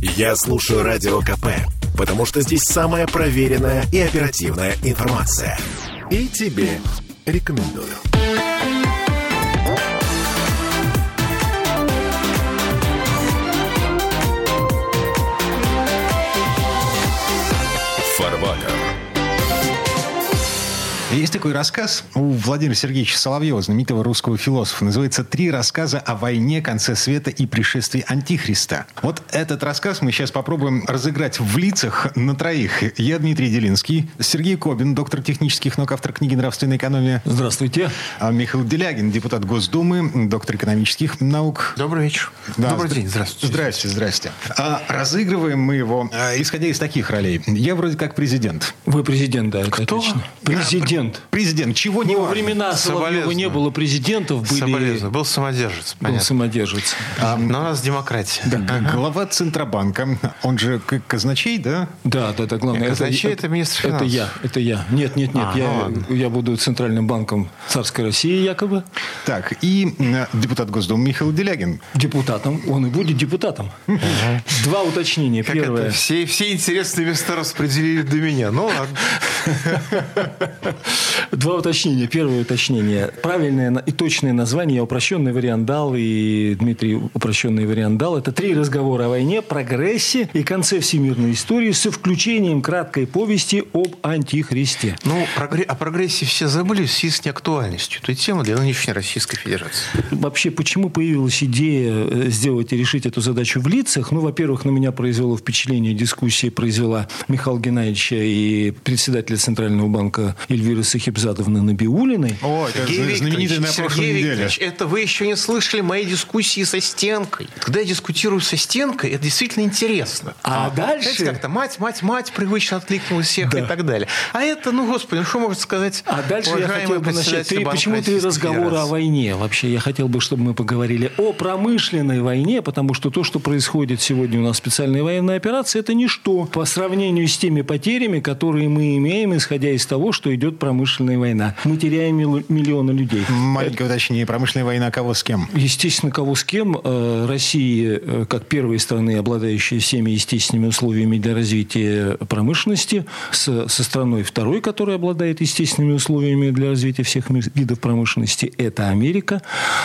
Я слушаю Радио КП, потому что здесь самая проверенная и оперативная информация. И тебе рекомендую. Фарватер. Есть такой рассказ у Владимира Сергеевича Соловьева, знаменитого русского философа. Называется «Три рассказа о войне, конце света и пришествии Антихриста». Вот этот рассказ мы сейчас попробуем разыграть в лицах на троих. Я Дмитрий Делинский, Сергей Кобин, доктор технических наук, автор книги «Нравственная экономия». Здравствуйте. Михаил Делягин, депутат Госдумы, доктор экономических наук. Добрый вечер. Да, Добрый день. Здравствуйте. Здрасте. Разыгрываем мы его, исходя из таких ролей. Я вроде как президент. Вы президент, да, это Кто? отлично. Президент. Чего не Во важно. времена Соловьева не было президентов, были... Был самодержец. Был Понятно. самодержец. Но у нас демократия. Глава Центробанка, он же казначей, да? Да, главное. Казначей – это министр финансов. Это я. Нет. Я буду Центральным банком царской России якобы. Так, и депутат Госдумы Михаил Делягин. Депутатом. Он и будет депутатом. Два уточнения. Как Первое. это? Все интересные места распределили до меня. Ну ладно. Два уточнения. Первое уточнение. Правильное и точное название я упрощенный вариант дал, и Дмитрий упрощенный вариант дал. Это 3 разговора о войне, прогрессе и конце всемирной истории со включением краткой повести об Антихристе. Ну, о прогрессе все забыли в связи с неактуальностью этой темы для нынешней Российской Федерации. Вообще, почему появилась идея сделать и решить эту задачу в лицах? Ну, во-первых, на меня произвело впечатление, дискуссия произвела Михаила Геннадьевича и председателя Центрального банка Эльвиры Сахибзадовны Набиуллиной. О, это знаменитый на прошлой неделе. Это вы еще не слышали мои дискуссии со Стенкой. Когда я дискутирую со Стенкой, это действительно интересно. А дальше... Знаете, как-то мать привычно откликнулась всех и так далее. А это, господи, что может сказать А дальше я хотел бы начать. Почему 3 разговора о войне? Вообще, я хотел бы, чтобы мы поговорили о промышленной войне, потому что то, что происходит сегодня у нас специальная военная операция, это ничто по сравнению с теми потерями, которые мы имеем, исходя из того, что идет промышленная война. Мы теряем миллионы людей. Маленькое уточнение. Промышленная война кого с кем? Естественно, кого с кем. Россия, как первой страны, обладающая всеми естественными условиями для развития промышленности, со страной второй, которая обладает естественными условиями для развития всех видов промышленности, это Америка.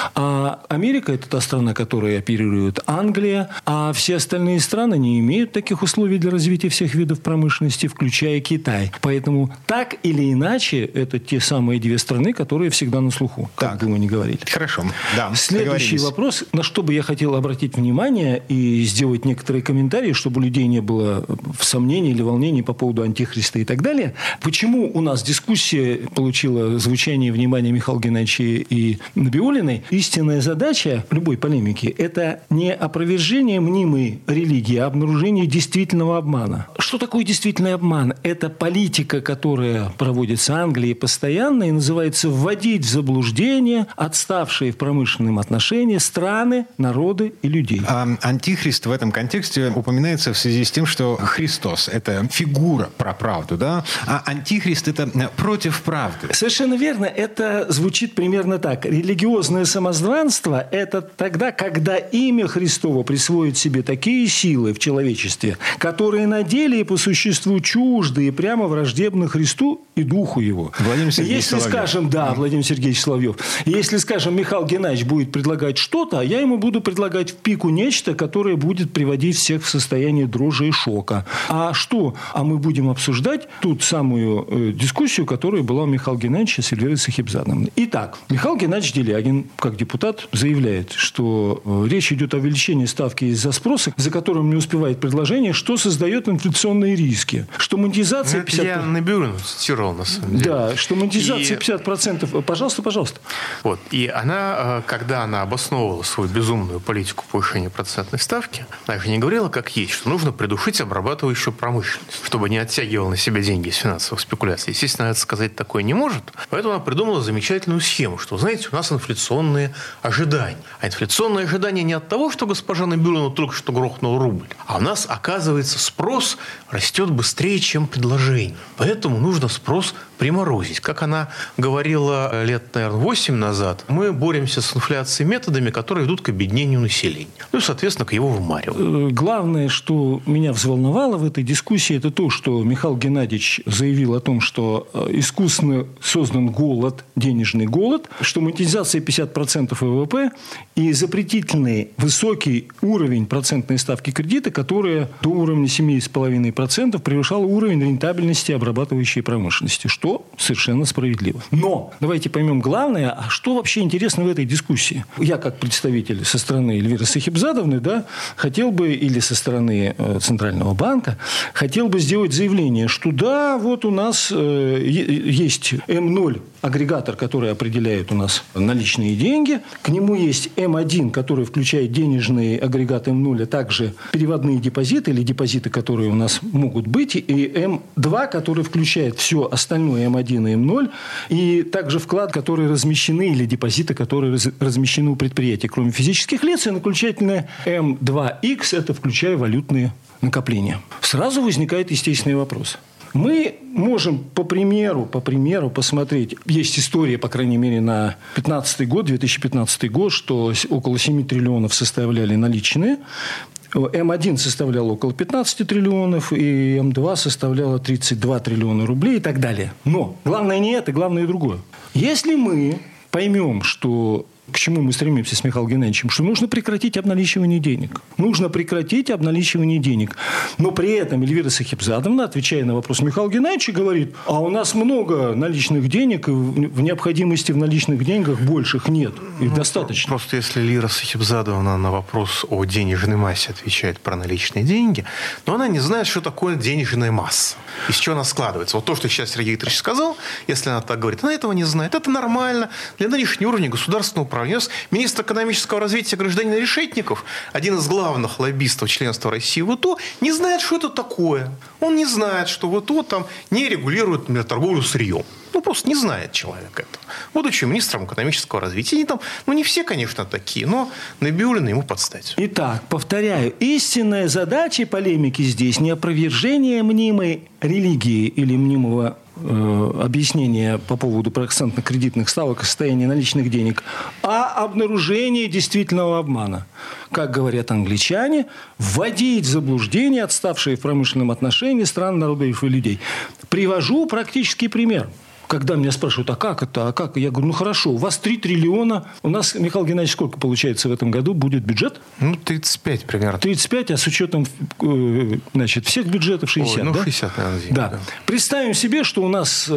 А Америка – это та страна, которая оперирует Англия, а все остальные страны не имеют таких условий для развития всех видов промышленности, включая Китай. Поэтому так или иначе, это те самые 2 страны, которые всегда на слуху, как бы мы ни говорили. Хорошо. Да, следующий вопрос, на что бы я хотел обратить внимание и сделать некоторые комментарии, чтобы у людей не было сомнений или волнений по поводу Антихриста и так далее. Почему у нас дискуссия получила звучание внимания Михаила Геннадьевича и Набиуллиной? Истинная задача любой полемики – это не опровержение мнимой религии, а обнаружение действительного обмана. Что такое действительный обман? Это политика, которая проводится Англией постоянно и называется «вводить в заблуждение отставшие в промышленном отношении страны, народы и людей». Антихрист в этом контексте упоминается в связи с тем, что Христос – это фигура про правду, да? А Антихрист – это против правды. Совершенно верно. Это звучит примерно так. Религиозное самозванство – это тогда, когда имя Христово присвоит себе такие силы в человечестве, которые на деле и по существу чужды и прямо враждебны Христу и Духу Его. Владимир Сергеевич Соловьев. Скажем, да, Владимир Сергеевич Соловьев. Если, скажем, Михаил Геннадьевич будет предлагать что-то, я ему буду предлагать в пику нечто, которое будет приводить всех в состояние дрожи и шока. А что? А мы будем обсуждать ту самую дискуссию, которая была у Михаила Геннадьевича с Эльвирой Сахибзадовной. Итак, Михаил Геннадьевич Делягин, как депутат, заявляет, что речь идет о увеличении ставки из-за спроса, за которым не успевает предложение, что создает инфляционные риски. Что монетизация... Это 50%... Я Набиуллину цитировал, на самом деле. Да, что монетизация 50%... Пожалуйста. Вот. И она, когда она обосновывала свою безумную политику повышения процентной ставки, она же не говорила, как есть, что нужно придушить обрабатывающую промышленность, чтобы не оттягивала на себя деньги из финансовых спекуляций. Естественно, это сказать такое не может. Поэтому она придумала замечательную схему, что, знаете, у нас инфляционные ожидания. А инфляционные ожидания не от того, что госпожа Набиуллина только что грохнул рубль, а у нас, оказывается, спрос растет быстрее, чем предложение. Поэтому нужно спрос приморозить. Как она говорила лет, наверное, 8 назад, мы боремся с инфляцией методами, которые ведут к обеднению населения. Ну и, соответственно, к его вымариванию. Главное, что меня взволновало в этой дискуссии, это то, что Михаил Геннадьевич заявил о том, что искусственно создан голод, денежный голод, что монетизация 50% ВВП и запретительный высокий уровень процентной ставки кредита, которая до уровня 7,5% превышала уровень рентабельности обрабатывающей промышленности, что совершенно справедливо. Но давайте поймем главное, а что вообще интересно в этой дискуссии? Я, как представитель со стороны Эльвиры Сахибзадовны, хотел бы, или со стороны Центрального банка, хотел бы сделать заявление, что да, вот у нас есть М0 агрегатор, который определяет у нас наличные деньги. К нему есть М1, который включает денежный агрегат М0, а также переводные депозиты или депозиты, которые у нас могут быть, и М2, который включает все остальное М1 и М0, и также вклад, которые размещены, или депозиты, которые размещены у предприятий, кроме физических лиц, и наключательное М2Х, это включая валютные накопления. Сразу возникает естественный вопрос. Мы можем по примеру посмотреть. Есть история, по крайней мере, на 2015 год, что около 7 триллионов составляли наличные. М1 составлял около 15 триллионов, и М2 составляло 32 триллиона рублей и так далее. Но главное не это, главное другое. Если мы поймем, что... К чему мы стремимся с Михаилом Геннадьевичем? Что нужно прекратить обналичивание денег. Нужно прекратить обналичивание денег. Но при этом Эльвира Сахибзадовна, отвечая на вопрос Михаила Геннадьевича, говорит, а у нас много наличных денег, и в необходимости в наличных деньгах больших нет. Их достаточно. Просто если Эльвира Сахибзадовна на вопрос о денежной массе отвечает про наличные деньги, но она не знает, что такое денежная масса. Из чего она складывается. Вот то, что сейчас Сергей Викторович сказал, если она так говорит, она этого не знает. Это нормально. Для нынешнего уровня государственного управления. Министр экономического развития гражданин Решетников, один из главных лоббистов членства России в ВТО, не знает, что это такое. Он не знает, что ВТО там не регулирует, например, торговлю сырьем. Просто не знает человек этого. Будучи министром экономического развития. Они там, не все, конечно, такие, но Набиуллина ему подстать. Итак, повторяю, истинная задача полемики здесь не опровержение мнимой религии или мнимого объяснения по поводу процентно-кредитных ставок и состояния наличных денег, а обнаружение действительного обмана. Как говорят англичане, вводить в заблуждение отставшие в промышленном отношении стран, народов и людей. Привожу практический пример. Когда меня спрашивают, а как это, а как? Я говорю, хорошо, у вас 3 триллиона. У нас, Михаил Геннадьевич, сколько получается в этом году будет бюджет? 35 примерно. 35, а с учетом всех бюджетов 60, да? 60, наверное, да. Представим себе, что у нас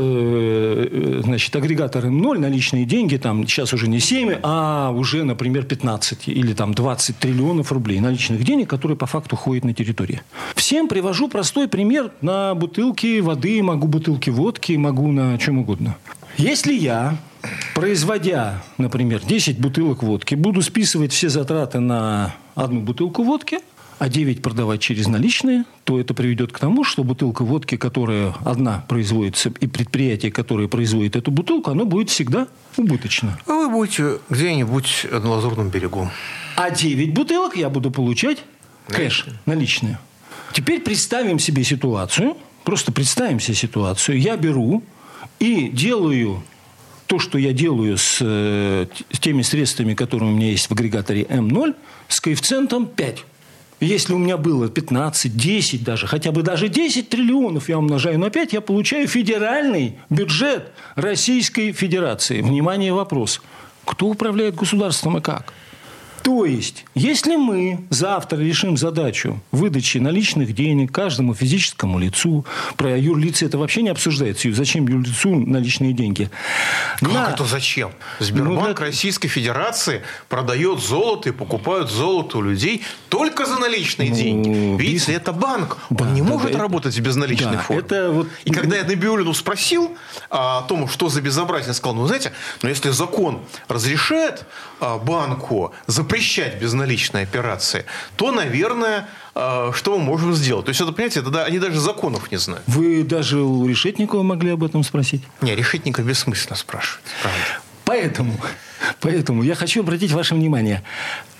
агрегатор М0, наличные деньги, там сейчас уже не 7, а уже, например, 15 или там 20 триллионов рублей наличных денег, которые по факту ходят на территории. Всем привожу простой пример на бутылки воды, могу бутылки водки, могу на чем угодно. Если я, производя, например, 10 бутылок водки, буду списывать все затраты на одну бутылку водки, а 9 продавать через наличные, то это приведет к тому, что бутылка водки, которая одна производится, и предприятие, которое производит эту бутылку, оно будет всегда убыточно. А вы будете где-нибудь на Лазурном берегу. А 9 бутылок я буду получать кэш, наличные. Теперь представим себе ситуацию, просто представим себе ситуацию. Я беру и делаю то, что я делаю с теми средствами, которые у меня есть в агрегаторе М0, с коэффициентом 5. Если у меня было 15, 10 даже, хотя бы даже 10 триллионов я умножаю на 5, я получаю федеральный бюджет Российской Федерации. Внимание, вопрос. Кто управляет государством и как? То есть, если мы завтра решим задачу выдачи наличных денег каждому физическому лицу, про юрлицы это вообще не обсуждается, зачем юрлицу наличные деньги? Как это зачем? Сбербанк Российской Федерации продает золото и покупает золото у людей только за наличные деньги. Видите, это банк. Он не может работать без наличных форм. И когда я Набиуллину спросил о том, что за безобразие, он сказал, знаете, если закон разрешает банку запрещать безналичные операции, то, наверное, что мы можем сделать? То есть, это, понимаете, они даже законов не знают. Вы даже у Решетникова могли об этом спросить? Не, Решетникова бессмысленно спрашивать. Поэтому я хочу обратить ваше внимание.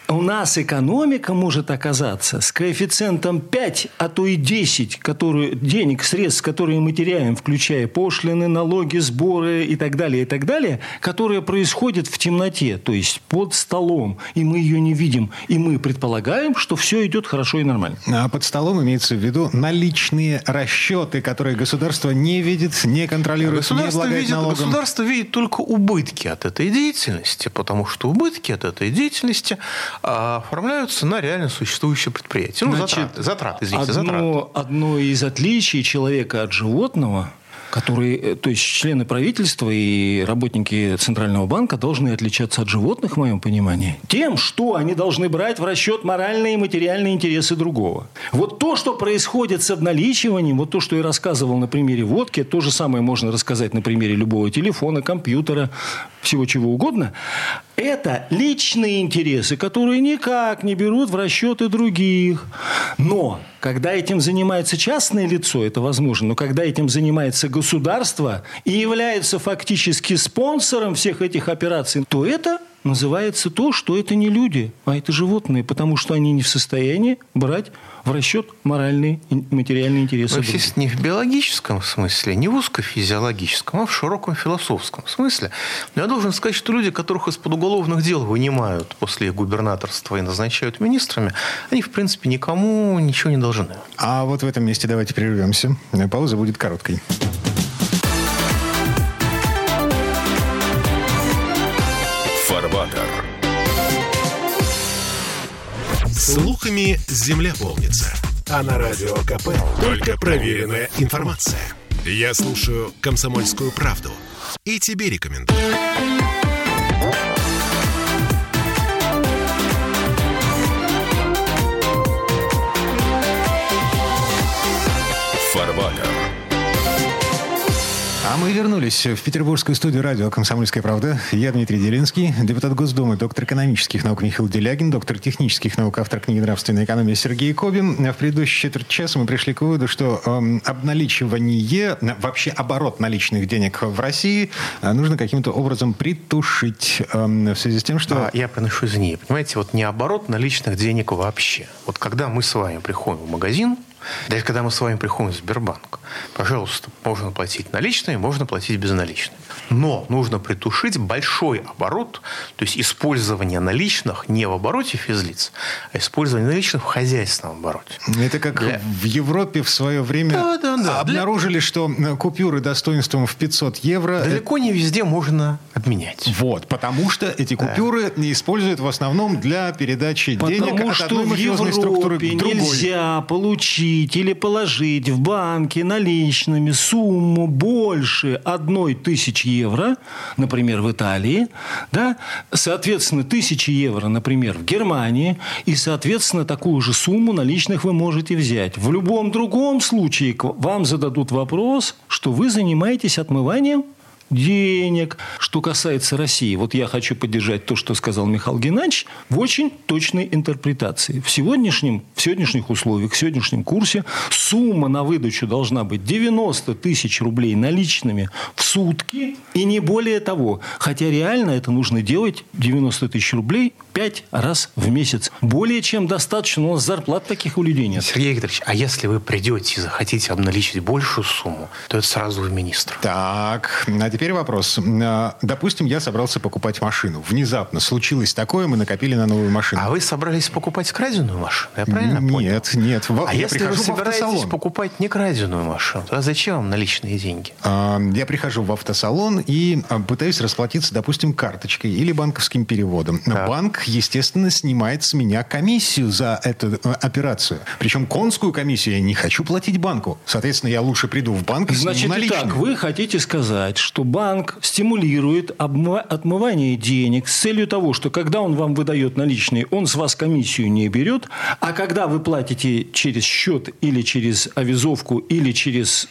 У нас экономика может оказаться с коэффициентом 5, а то и 10 денег, средств, которые мы теряем, включая пошлины, налоги, сборы и так далее, которые происходят в темноте, то есть под столом, и мы ее не видим, и мы предполагаем, что все идет хорошо и нормально. А под столом имеется в виду наличные расчеты, которые государство не видит, не контролирует, не облагает налогом. Государство видит только убытки от этой деятельности, потому что убытки от этой деятельности оформляются на реально существующее предприятие. Затраты. Одно из отличий человека от животного, то есть члены правительства и работники Центрального банка должны отличаться от животных, в моем понимании, тем, что они должны брать в расчет моральные и материальные интересы другого. Вот то, что происходит с обналичиванием, вот то, что я рассказывал на примере водки, то же самое можно рассказать на примере любого телефона, компьютера, всего чего угодно. Это личные интересы, которые никак не берут в расчеты других. Но когда этим занимается частное лицо, это возможно, но когда этим занимается государство и является фактически спонсором всех этих операций, то это называется то, что это не люди, а это животные, потому что они не в состоянии брать в расчет моральные и материальные интересы. Вообще, не в биологическом смысле, не в узкофизиологическом, а в широком философском смысле. Но я должен сказать, что люди, которых из-под уголовных дел вынимают после губернаторства и назначают министрами, они, в принципе, никому ничего не должны. А вот в этом месте давайте прервемся. Пауза будет короткой. Фарватер. Слухами земля полнится. А на радио КП только проверенная информация. Я слушаю «Комсомольскую правду» и тебе рекомендую. Фарватер. А мы вернулись в петербургскую студию радио «Комсомольская правда». Я Дмитрий Делинский, депутат Госдумы, доктор экономических наук Михаил Делягин, доктор технических наук, автор книги «Нравственная экономия» Сергей Кобин. В предыдущей четверть часа мы пришли к выводу, что обналичивание, вообще оборот наличных денег в России нужно каким-то образом притушить в связи с тем, что... Я приношу извинения. Понимаете, вот не оборот наличных денег вообще. Вот когда мы с вами приходим в магазин, даже когда мы с вами приходим в Сбербанк, пожалуйста, можно платить наличными, можно платить безналичными. Но нужно притушить большой оборот, то есть использование наличных не в обороте физлиц, а использование наличных в хозяйственном обороте. Это как в Европе в свое время обнаружили, что купюры достоинством в 500 евро... Далеко не везде можно обменять. Вот, потому что эти купюры используют в основном для передачи денег от одной мафиозной структуры к другой. Нельзя получить или положить в банке наличными сумму больше 1000 евро, например, в Италии, да? Соответственно, 1000 евро, например, в Германии, и, соответственно, такую же сумму наличных вы можете взять. В любом другом случае вам зададут вопрос, что вы занимаетесь отмыванием денег. Что касается России, вот я хочу поддержать то, что сказал Михаил Геннадьевич, в очень точной интерпретации. В сегодняшних условиях, в сегодняшнем курсе сумма на выдачу должна быть 90 тысяч рублей наличными в сутки и не более того. Хотя реально это нужно делать 90 тысяч рублей 5 раз в месяц. Более чем достаточно. У нас зарплат таких у людей нет. Сергей Викторович, а если вы придете и захотите обналичить большую сумму, то это сразу в министр. Так, теперь вопрос. Допустим, я собрался покупать машину. Внезапно случилось такое, мы накопили на новую машину. А вы собрались покупать краденую машину? Я правильно понял? Нет. А я если вы собираетесь покупать не краденую машину, то зачем вам наличные деньги? Я прихожу в автосалон и пытаюсь расплатиться, допустим, карточкой или банковским переводом. Так. Банк, естественно, снимает с меня комиссию за эту операцию. Причем конскую комиссию я не хочу платить банку. Соответственно, я лучше приду в банк и сниму наличные. Значит, вы хотите сказать, что банк стимулирует отмывание денег с целью того, что когда он вам выдает наличные, он с вас комиссию не берет, а когда вы платите через счет или через авизовку или через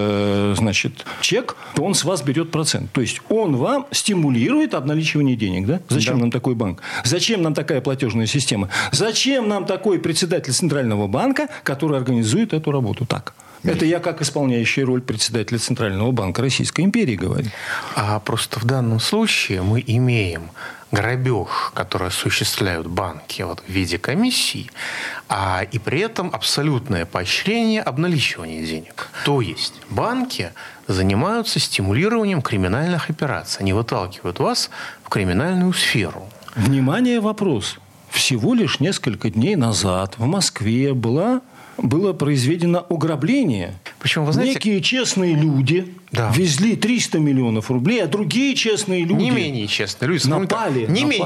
чек, то он с вас берет процент. То есть он вам стимулирует обналичивание денег. Да? Зачем нам такой банк? Зачем нам такая платежная система? Зачем нам такой председатель Центрального банка, который организует эту работу так? Это я как исполняющий роль председателя Центрального банка Российской империи говорю. А просто в данном случае мы имеем грабеж, который осуществляют банки в виде комиссий, и при этом абсолютное поощрение обналичивания денег. То есть банки занимаются стимулированием криминальных операций. Они выталкивают вас в криминальную сферу. Внимание, вопрос. Всего лишь несколько дней назад в Москве было произведено ограбление. Причем, вы знаете, некие честные люди везли 300 миллионов рублей, а другие честные люди... Не менее честные люди. Напали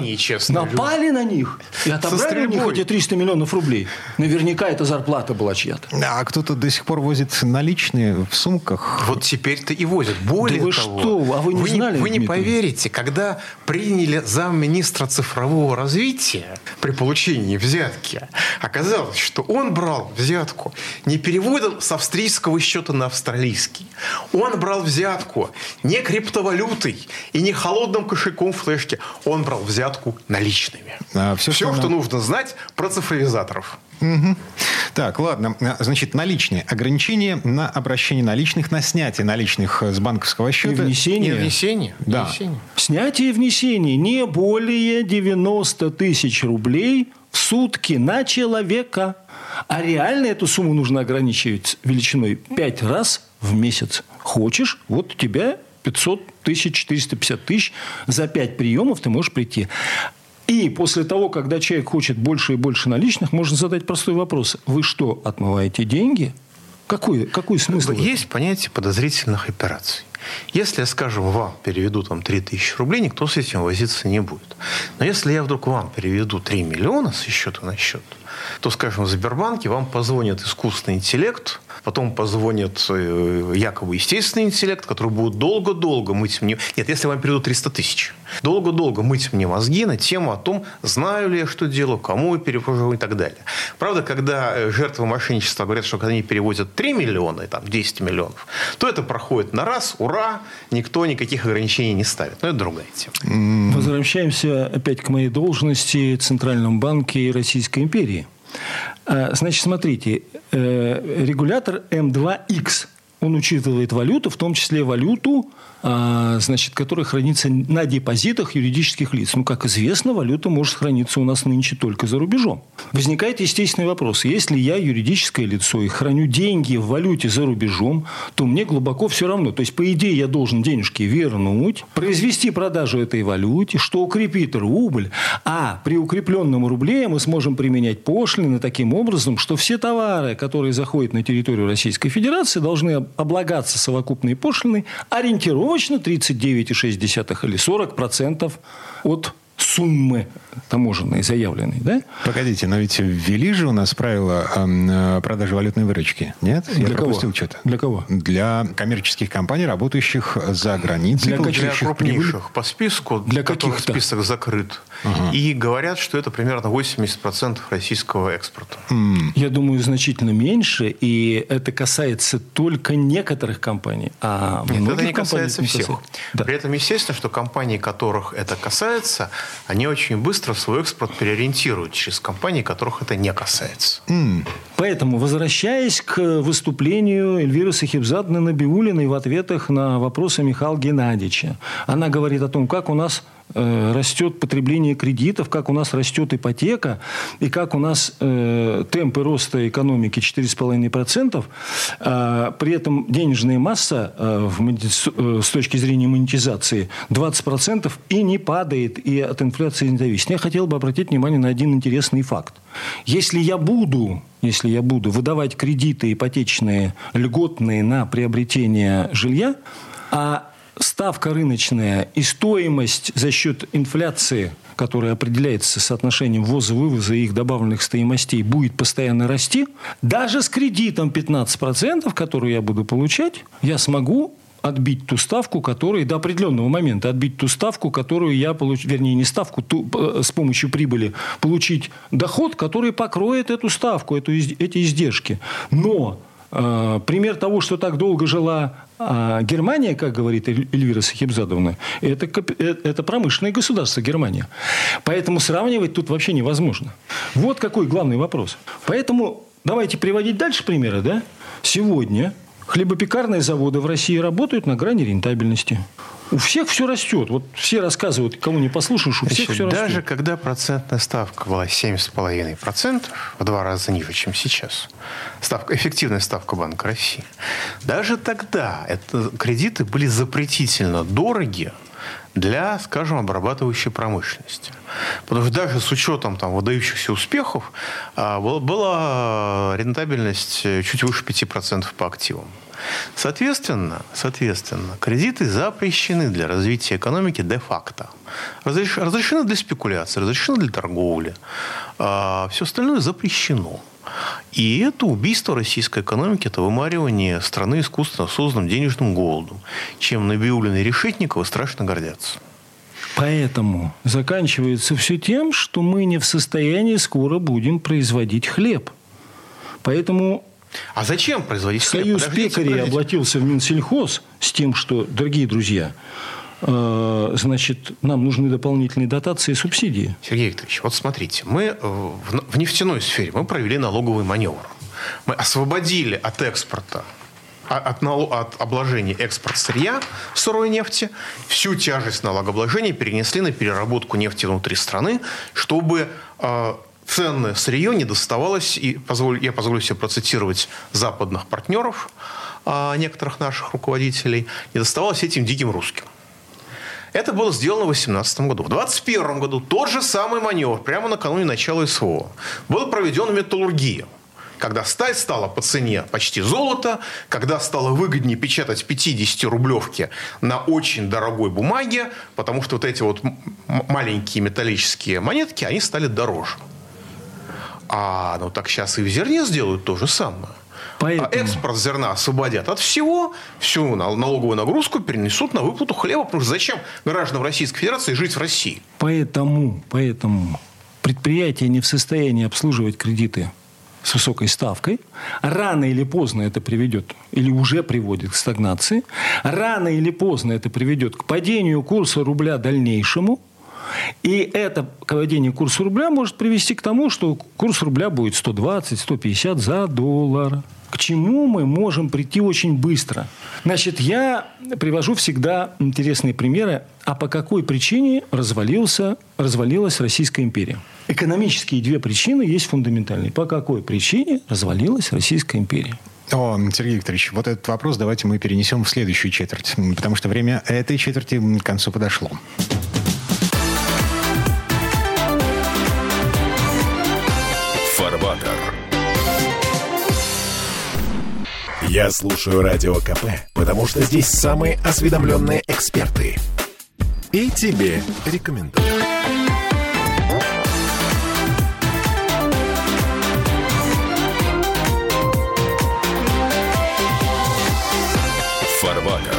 на них и отобрали у них эти 300 миллионов рублей. Наверняка это зарплата была чья-то. А кто-то до сих пор возит наличные в сумках. Вот теперь-то и возят. Более да вы того, что? А вы не знали? Вы не поверите, когда приняли замминистра цифрового развития при получении взятки, оказалось, что он брал взятку не переводом с австрийского счета на австралийский. Он брал взятку не криптовалютой и не холодным кошельком флешки. Он брал взятку наличными. Все, что нужно знать про цифровизаторов. Угу. Так, ладно. Значит, наличные. Ограничения на обращение наличных, на снятие наличных с банковского счета. И внесение. Да. Снятие и внесение не более 90 тысяч рублей в сутки на человека. А реально эту сумму нужно ограничивать величиной 5 раз в месяц. Хочешь, вот у тебя 500 тысяч, 450 тысяч. За 5 приемов ты можешь прийти. И после того, когда человек хочет больше и больше наличных, можно задать простой вопрос. Вы что, отмываете деньги? Какой смысл? Есть понятие подозрительных операций. Если я, скажем, вам переведу 3000 рублей, никто с этим возиться не будет. Но если я вдруг вам переведу 3 миллиона с счета на счет, то, скажем, в Сбербанке вам позвонит искусственный интеллект, потом позвонит якобы естественный интеллект, который будет долго-долго мыть мне... Нет, если вам переведут 300 тысяч. Долго-долго мыть мне мозги на тему о том, знаю ли я, что делаю, кому я перевожу и так далее. Правда, когда жертвы мошенничества говорят, что когда они переводят 3 миллиона, 10 миллионов, то это проходит на раз, ура, никто никаких ограничений не ставит. Но это другая тема. Возвращаемся опять к моей должности в Центральном банке Российской империи. Значит, смотрите, регулятор М2Х, он учитывает валюту, в том числе валюту, которая хранится на депозитах юридических лиц. Как известно, валюта может храниться у нас нынче только за рубежом. Возникает естественный вопрос. Если я юридическое лицо и храню деньги в валюте за рубежом, то мне глубоко все равно. То есть, по идее, я должен денежки вернуть, произвести продажу этой валюте, что укрепит рубль. А при укрепленном рубле мы сможем применять пошлины таким образом, что все товары, которые заходят на территорию Российской Федерации, должны облагаться совокупной пошлиной ориентировочно 39,6 или 40% от суммы таможенной, заявленной, да? Погодите, но ведь ввели же у нас правила продажи валютной выручки, нет? Я пропустил что-то. Для кого? Для коммерческих компаний, работающих за границей. Для крупнейших по списку, для которых список закрыт. И говорят, что это примерно 80% российского экспорта. Я думаю, значительно меньше. И это касается только некоторых компаний. А нет, это не касается всех. Да. При этом, естественно, что компании, которых это касается, они очень быстро свой экспорт переориентируют через компании, которых это не касается. Поэтому, возвращаясь к выступлению Эльвиры Сахибзадны Набиуллиной в ответах на вопросы Михаила Геннадьевича, она говорит о том, как у нас растет потребление кредитов, как у нас растет ипотека, и как у нас темпы роста экономики 4,5%, при этом денежная масса с точки зрения монетизации 20% и не падает, и от инфляции не зависит. Я хотел бы обратить внимание на один интересный факт. Если я буду выдавать кредиты ипотечные, льготные на приобретение жилья, а ставка рыночная и стоимость за счет инфляции, которая определяется соотношением ввоза-вывоза и их добавленных стоимостей, будет постоянно расти, даже с кредитом 15%, который я буду получать, я смогу отбить ту ставку, которую до определенного момента которую я получу, вернее, не ставку, с помощью прибыли получить доход, который покроет эту ставку, эти издержки. Но пример того, что так долго жила Германия, как говорит Эльвира Сахибзадовна, это промышленное государство Германия. Поэтому сравнивать тут вообще невозможно. Вот какой главный вопрос. Поэтому давайте приводить дальше примеры. Да? Сегодня хлебопекарные заводы в России работают на грани рентабельности. У всех все растет. Вот все рассказывают, кого не послушаешь, у всех все растет. Даже когда процентная ставка была 7,5%, в 2 раза ниже, чем сейчас, эффективная ставка Банка России, даже тогда кредиты были запретительно дороги для, скажем, обрабатывающей промышленности. Потому что даже с учетом выдающихся успехов была рентабельность чуть выше 5% по активам. Соответственно, кредиты запрещены для развития экономики де-факто. Разрешены для спекуляции, разрешены для торговли. Все остальное запрещено. И это убийство российской экономики, это вымаривание страны искусственно созданным денежным голодом, чем Набиуллин и Решетникова страшно гордятся. Поэтому заканчивается все тем, что мы не в состоянии скоро будем производить хлеб. Поэтому... А зачем производить хлеб? Союз пекарей обратился в Минсельхоз с тем, что, дорогие друзья, значит, нам нужны дополнительные дотации и субсидии. Сергей Викторович, вот смотрите, мы в нефтяной сфере мы провели налоговый маневр. Мы освободили от экспорта, от обложения экспорт сырья сырой нефти, всю тяжесть налогообложения перенесли на переработку нефти внутри страны, чтобы ценное сырье не доставалось, и я позволю себе процитировать западных партнеров, некоторых наших руководителей, не доставалось этим диким русским. Это было сделано в 2018 году. В 2021 году тот же самый маневр, прямо накануне начала СВО, был проведен в металлургии. Когда сталь стала по цене почти золото, когда стало выгоднее печатать 50-рублевки на очень дорогой бумаге, потому что вот эти вот маленькие металлические монетки, они стали дороже. Так сейчас и в зерне сделают то же самое. Поэтому... экспорт зерна освободят от всего, всю налоговую нагрузку перенесут на выплату хлеба. Потому что зачем гражданам Российской Федерации жить в России? Поэтому предприятия не в состоянии обслуживать кредиты с высокой ставкой. Рано или поздно это приведет, или уже приводит к стагнации. Рано или поздно это приведет к падению курса рубля дальнейшему. И это падение курса рубля может привести к тому, что курс рубля будет 120-150 за доллар. К чему мы можем прийти очень быстро? Значит, я привожу всегда интересные примеры, а по какой причине развалилась Российская империя. Экономические 2 причины есть фундаментальные. По какой причине развалилась Российская империя? Сергей Викторович, вот этот вопрос давайте мы перенесем в следующую четверть, потому что время этой четверти к концу подошло. Я слушаю Радио КП, потому что здесь самые осведомленные эксперты. И тебе рекомендую. Фарватер.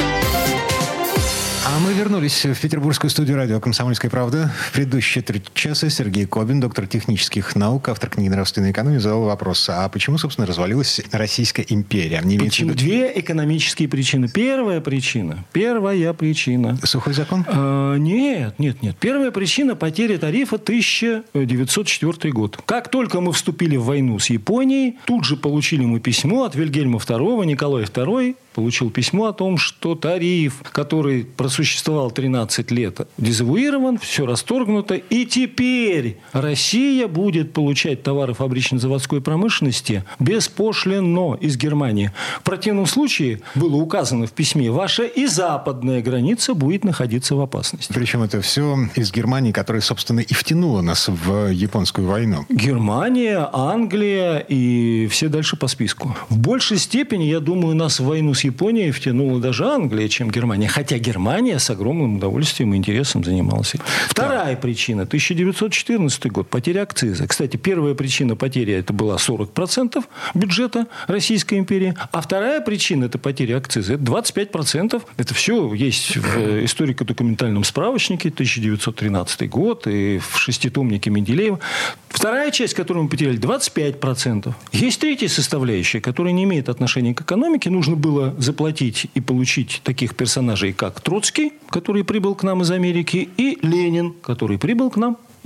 А мы вернулись в петербургскую студию радио «Комсомольская правда». В предыдущие 3 часа Сергей Кобин, доктор технических наук, автор книги «Нравственная экономия», задал вопрос, а почему, собственно, развалилась Российская империя? Почему? 2 экономические причины. Первая причина. Сухой закон? Нет. Первая причина – потеря тарифа 1904 год. Как только мы вступили в войну с Японией, тут же получили мы письмо от Вильгельма II, Николай II получил письмо о том, что тариф, который просуществовал 13 лет, дезавуирован, все расторгнуто, и теперь Россия будет получать товары фабрично-заводской промышленности беспошлино из Германии. В противном случае, было указано в письме, ваша и западная граница будет находиться в опасности. Причем это все из Германии, которая, собственно, и втянула нас в японскую войну. Германия, Англия и все дальше по списку. В большей степени, я думаю, нас в войну с Японией втянула даже Англия, чем Германия. Хотя Германия с огромным удовольствием и интересом занималась. Вторая причина – 1914 год. Потеря акциза. Кстати, первая причина потери – это была 40% бюджета Российской империи. А вторая причина – это потеря акциза. Это 25%. Это все есть в историко-документальном справочнике 1913 год и в шеститомнике Менделеева. Вторая часть, которую мы потеряли, 25%. Есть третья составляющая, которая не имеет отношения к экономике. Нужно было заплатить и получить таких персонажей, как Троцкий, который прибыл к нам из Америки, и Ленин, который прибыл к нам из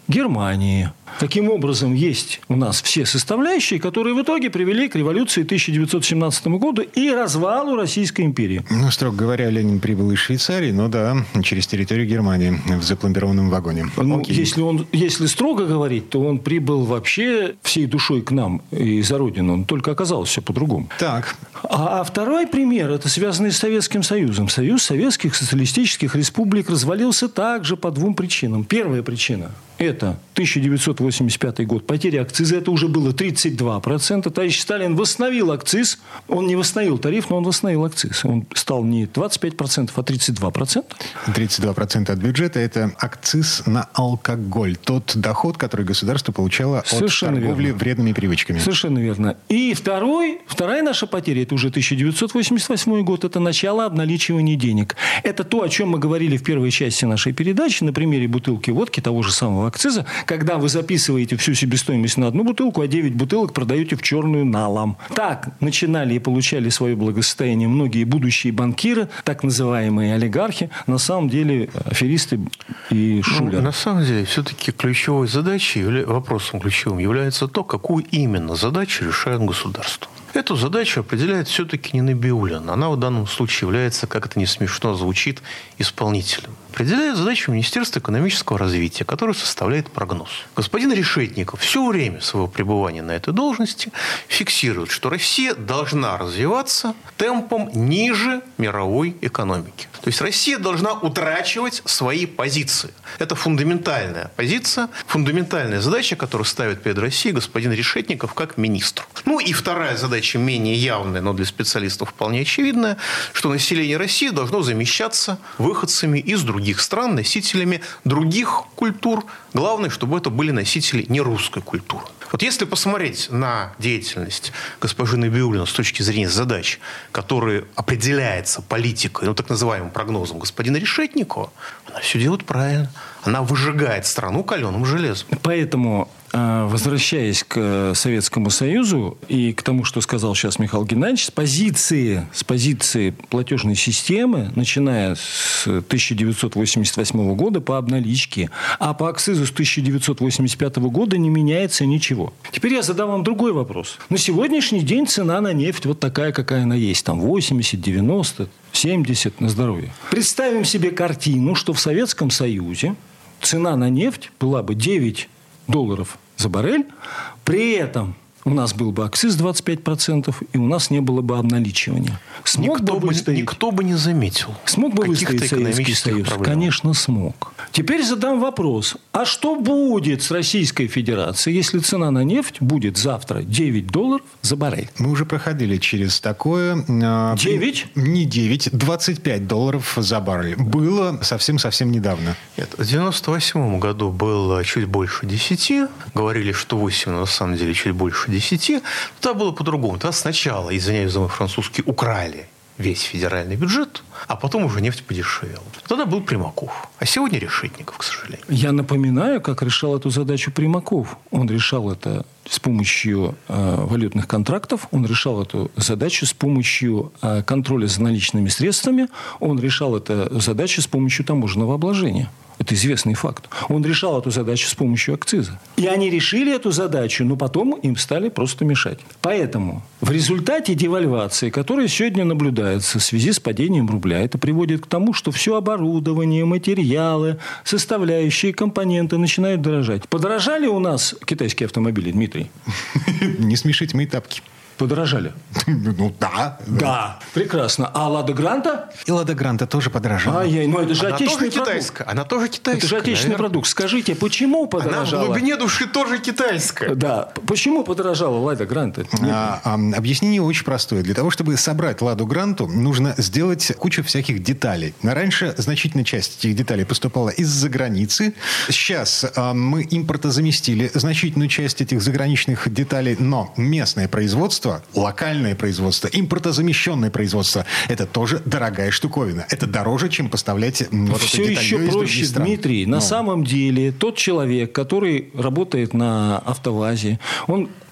Германии. Таким образом, есть у нас все составляющие, которые в итоге привели к революции 1917 года и развалу Российской империи. Ну, строго говоря, Ленин прибыл из Швейцарии, но да, через территорию Германии в запломбированном вагоне. Ну, если строго говорить, то он прибыл вообще всей душой к нам и за родину. Он только оказалось все по-другому. Так. А второй пример, это связанный с Советским Союзом. Союз Советских Социалистических Республик развалился также по двум причинам. Первая причина – это 1985 год. Потеря акциза. Это уже было 32%. Товарищ Сталин восстановил акциз. Он не восстановил тариф, но он восстановил акциз. Он стал не 25%, а 32%. 32% от бюджета – это акциз на алкоголь. Тот доход, который государство получало от торговли вредными привычками. Совершенно верно. И вторая наша потеря – это уже 1988 год. Это начало обналичивания денег. Это то, о чем мы говорили в первой части нашей передачи на примере бутылки водки, того же самого акциза, когда вы записываете всю себестоимость на одну бутылку, а 9 бутылок продаете в черную налом. Так начинали и получали свое благосостояние многие будущие банкиры, так называемые олигархи, на самом деле аферисты и шулеры. На самом деле, все-таки ключевой задачей, вопросом ключевым является то, какую именно задачу решает государство. Эту задачу определяет все-таки не Набиуллин. Она в данном случае является, как это не смешно звучит, исполнителем. Определяет задачу Министерства экономического развития, которое составляет прогноз. Господин Решетников все время своего пребывания на этой должности фиксирует, что Россия должна развиваться темпом ниже мировой экономики. То есть Россия должна утрачивать свои позиции. Это фундаментальная позиция, фундаментальная задача, которую ставит перед Россией господин Решетников как министр. Ну и вторая задача, менее явная, но для специалистов вполне очевидная, что население России должно замещаться выходцами из других стран, носителями других культур. Главное, чтобы это были носители не русской культуры. Вот если посмотреть на деятельность госпожи Набиуллиной с точки зрения задач, которые определяются политикой, так называемым прогнозом господина Решетникова, она все делает правильно. Она выжигает страну каленым железом. Поэтому, возвращаясь к Советскому Союзу и к тому, что сказал сейчас Михаил Геннадьевич, с позиции платежной системы, начиная с 1988 года по обналичке, а по акцизу с 1985 года не меняется ничего. Теперь я задам вам другой вопрос. На сегодняшний день цена на нефть вот такая, какая она есть. Там 80, 90, 70 на здоровье. Представим себе картину, что в Советском Союзе цена на нефть была бы $9 за баррель. При этом у нас был бы акциз 25%, и у нас не было бы обналичивания. Никто бы не заметил. Смог бы выстоять Советский Союз? Конечно, смог. Теперь задам вопрос. А что будет с Российской Федерацией, если цена на нефть будет завтра $9 за баррель? Мы уже проходили через такое. 9? Не 9, $25 за баррель. Было совсем-совсем недавно. Нет, в 1998 году было чуть больше 10. Говорили, что 8, но на самом деле чуть больше 10. Тогда было по-другому. Тогда сначала, извиняюсь за мой французский, украли весь федеральный бюджет, а потом уже нефть подешевела. Тогда был Примаков, а сегодня Решетников, к сожалению. Я напоминаю, как решал эту задачу Примаков. Он решал это с помощью валютных контрактов, он решал эту задачу с помощью контроля за наличными средствами, он решал эту задачу с помощью таможенного обложения. Это известный факт. Он решал эту задачу с помощью акциза. И они решили эту задачу, но потом им стали просто мешать. Поэтому в результате девальвации, которая сегодня наблюдается в связи с падением рубля, это приводит к тому, что все оборудование, материалы, составляющие, компоненты начинают дорожать. Подорожали у нас китайские автомобили, Дмитрий? Не смешите мои тапки. Подорожали? Ну, да. Да. Прекрасно. А «Лада Гранта»? И «Лада Гранта» тоже подорожала. Ну это же Она отечественный тоже продукт. китайская. Она тоже китайская. Это же отечественный продукт. Скажите, почему подорожала? Она в глубине души тоже китайская. Да. Почему подорожала «Лада Гранта»? Объяснение очень простое. Для того, чтобы собрать «Ладу Гранту», нужно сделать кучу всяких деталей. Раньше значительная часть этих деталей поступала из-за границы. Сейчас мы импортозаместили значительную часть этих заграничных деталей, но местное производство, локальное производство, импортозамещенное производство – это тоже дорогая штуковина. Это дороже, чем поставлять вот все это еще проще, Дмитрий. На самом деле, тот человек, который работает на АвтоВАЗе, он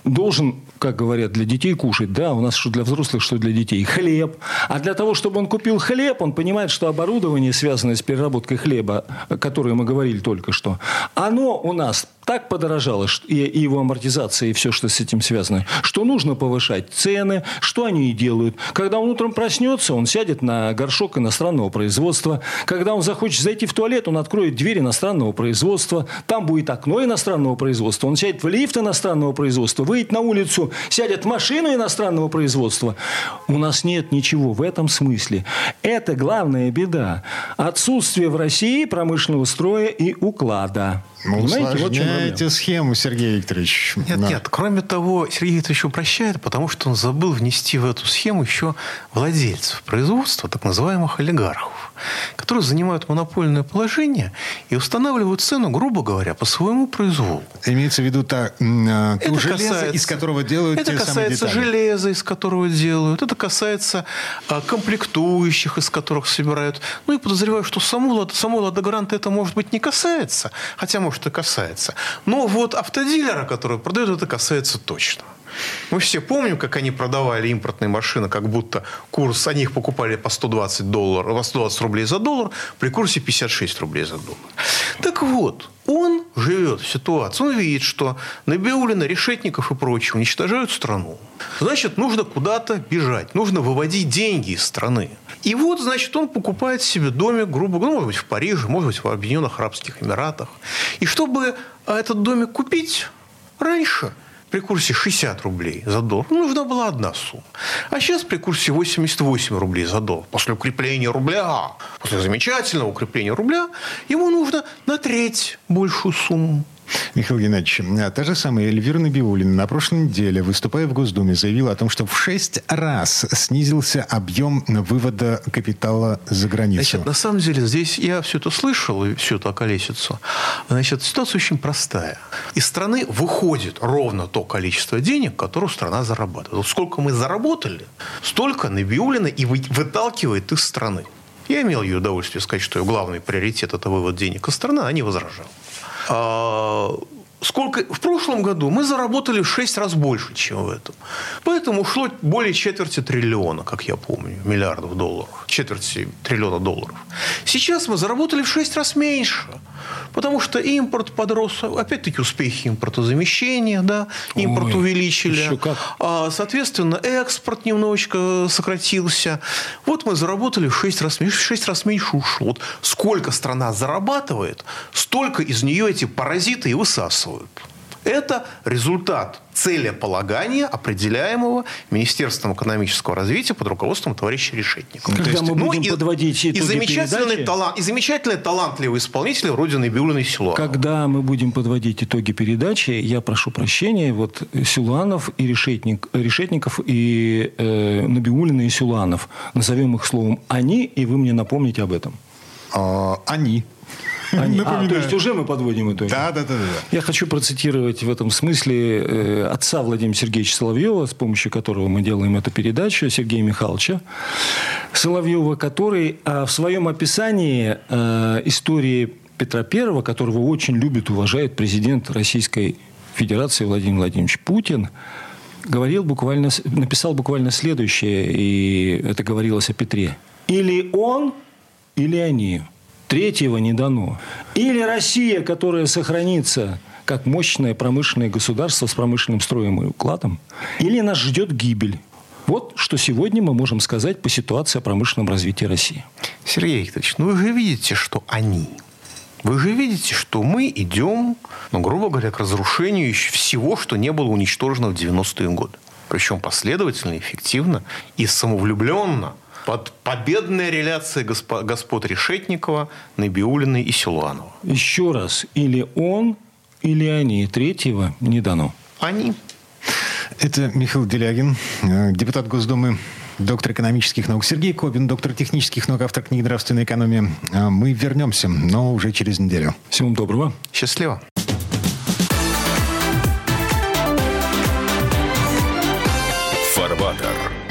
должен, как говорят, для детей кушать. Да, у нас что для взрослых, что для детей. Хлеб. А для того, чтобы он купил хлеб, он понимает, что оборудование, связанное с переработкой хлеба, о котором мы говорили только что, оно у нас так подорожало, и его амортизация, и все, что с этим связано, что нужно повышать цены, что они и делают. Когда он утром проснется, он сядет на горшок иностранного производства. Когда он захочет зайти в туалет, он откроет дверь иностранного производства. Там будет окно иностранного производства. Он сядет в лифт иностранного производства, выйдет на улицу, сядет в машину иностранного производства. У нас нет ничего в этом смысле. Это главная беда. Отсутствие в России промышленного строя и уклада. Понимаете, вот в чем проблема. Схему, Сергей Викторович. Нет. Кроме того, Сергей Викторович упрощает, потому что он забыл внести в эту схему еще владельцев производства, так называемых олигархов, которые занимают монопольное положение и устанавливают цену, грубо говоря, по своему произволу. Имеется в виду ту железо, из которого делают те самые детали. Это касается железа, из которого делают. Это касается комплектующих, из которых собирают. Ну и подозреваю, что самой Ладогранта это, может быть, не касается. Хотя, может, и касается. Но вот автодилера, который продает, это касается точно. Мы все помним, как они продавали импортные машины, как будто курс, они их покупали по $120 рублей за доллар, при курсе 56 рублей за доллар. Так вот, он живет в ситуации, он видит, что Набиуллина, Решетников и прочие уничтожают страну. Значит, нужно куда-то бежать, нужно выводить деньги из страны. И вот, значит, он покупает себе домик, грубо говоря, может быть, в Париже, может быть, в Объединенных Арабских Эмиратах. И чтобы этот домик купить раньше, при курсе 60 рублей за доллар, нужна была одна сумма. А сейчас при курсе 88 рублей за доллар. После укрепления рубля, после замечательного укрепления рубля, ему нужно на треть большую сумму. Михаил Геннадьевич, та же самая Эльвира Набиуллина на прошлой неделе, выступая в Госдуме, заявила о том, что в 6 раз снизился объем вывода капитала за границу. Значит, на самом деле, здесь я все это слышал, и всю эту околесицу. Значит, ситуация очень простая. Из страны выходит ровно то количество денег, которое страна зарабатывает. Вот сколько мы заработали, столько Набиуллина и выталкивает из страны. Я имел ее удовольствие сказать, что ее главный приоритет – это вывод денег из страны, а не возражал. Сколько в прошлом году мы заработали в 6 раз больше, чем в этом. Поэтому ушло более четверти триллиона, как я помню, миллиардов долларов. Четверти триллиона долларов. Сейчас мы заработали в 6 раз меньше. Потому что импорт подрос. Опять-таки успехи импортозамещения. Да? Импорт увеличили. Соответственно, экспорт немножечко сократился. Вот мы заработали в 6 раз меньше. В 6 раз меньше ушло. Вот сколько страна зарабатывает, столько из нее эти паразиты и высасывают. Это результат целеполагания, определяемого Министерством экономического развития под руководством товарища Решетникова. Когда мы будем подводить итоги передачи... И замечательные талантливые исполнители вроде Набиуллиной и Силуанова. Когда мы будем подводить итоги передачи, я прошу прощения, вот Силуанов и Решетников и Набиуллина и Силуанов. Назовем их словом «они», и вы мне напомните об этом. «Они». То есть уже мы подводим итоги? Да. Я хочу процитировать в этом смысле отца Владимира Сергеевича Соловьева, с помощью которого мы делаем эту передачу, Сергея Михайловича Соловьева, который в своем описании истории Петра I, которого очень любит, уважает президент Российской Федерации Владимир Владимирович Путин, написал буквально следующее, и это говорилось о Петре. Или он, или они. Третьего не дано. Или Россия, которая сохранится как мощное промышленное государство с промышленным строем и укладом, или нас ждет гибель. Вот что сегодня мы можем сказать по ситуации о промышленном развитии России. Сергей Викторович, вы же видите, что они. Вы же видите, что мы идем, грубо говоря, к разрушению всего, что не было уничтожено в 90-е годы. Причем последовательно, эффективно и самовлюбленно. Под победная реляция господ Решетникова, Набиуллиной и Силуанова. Еще раз. Или он, или они. Третьего не дано. Они. Это Михаил Делягин, депутат Госдумы, доктор экономических наук. Сергей Кобин, доктор технических наук, автор книги «Нравственная экономия». Мы вернемся, но уже через неделю. Всего доброго. Счастливо. Фарватер.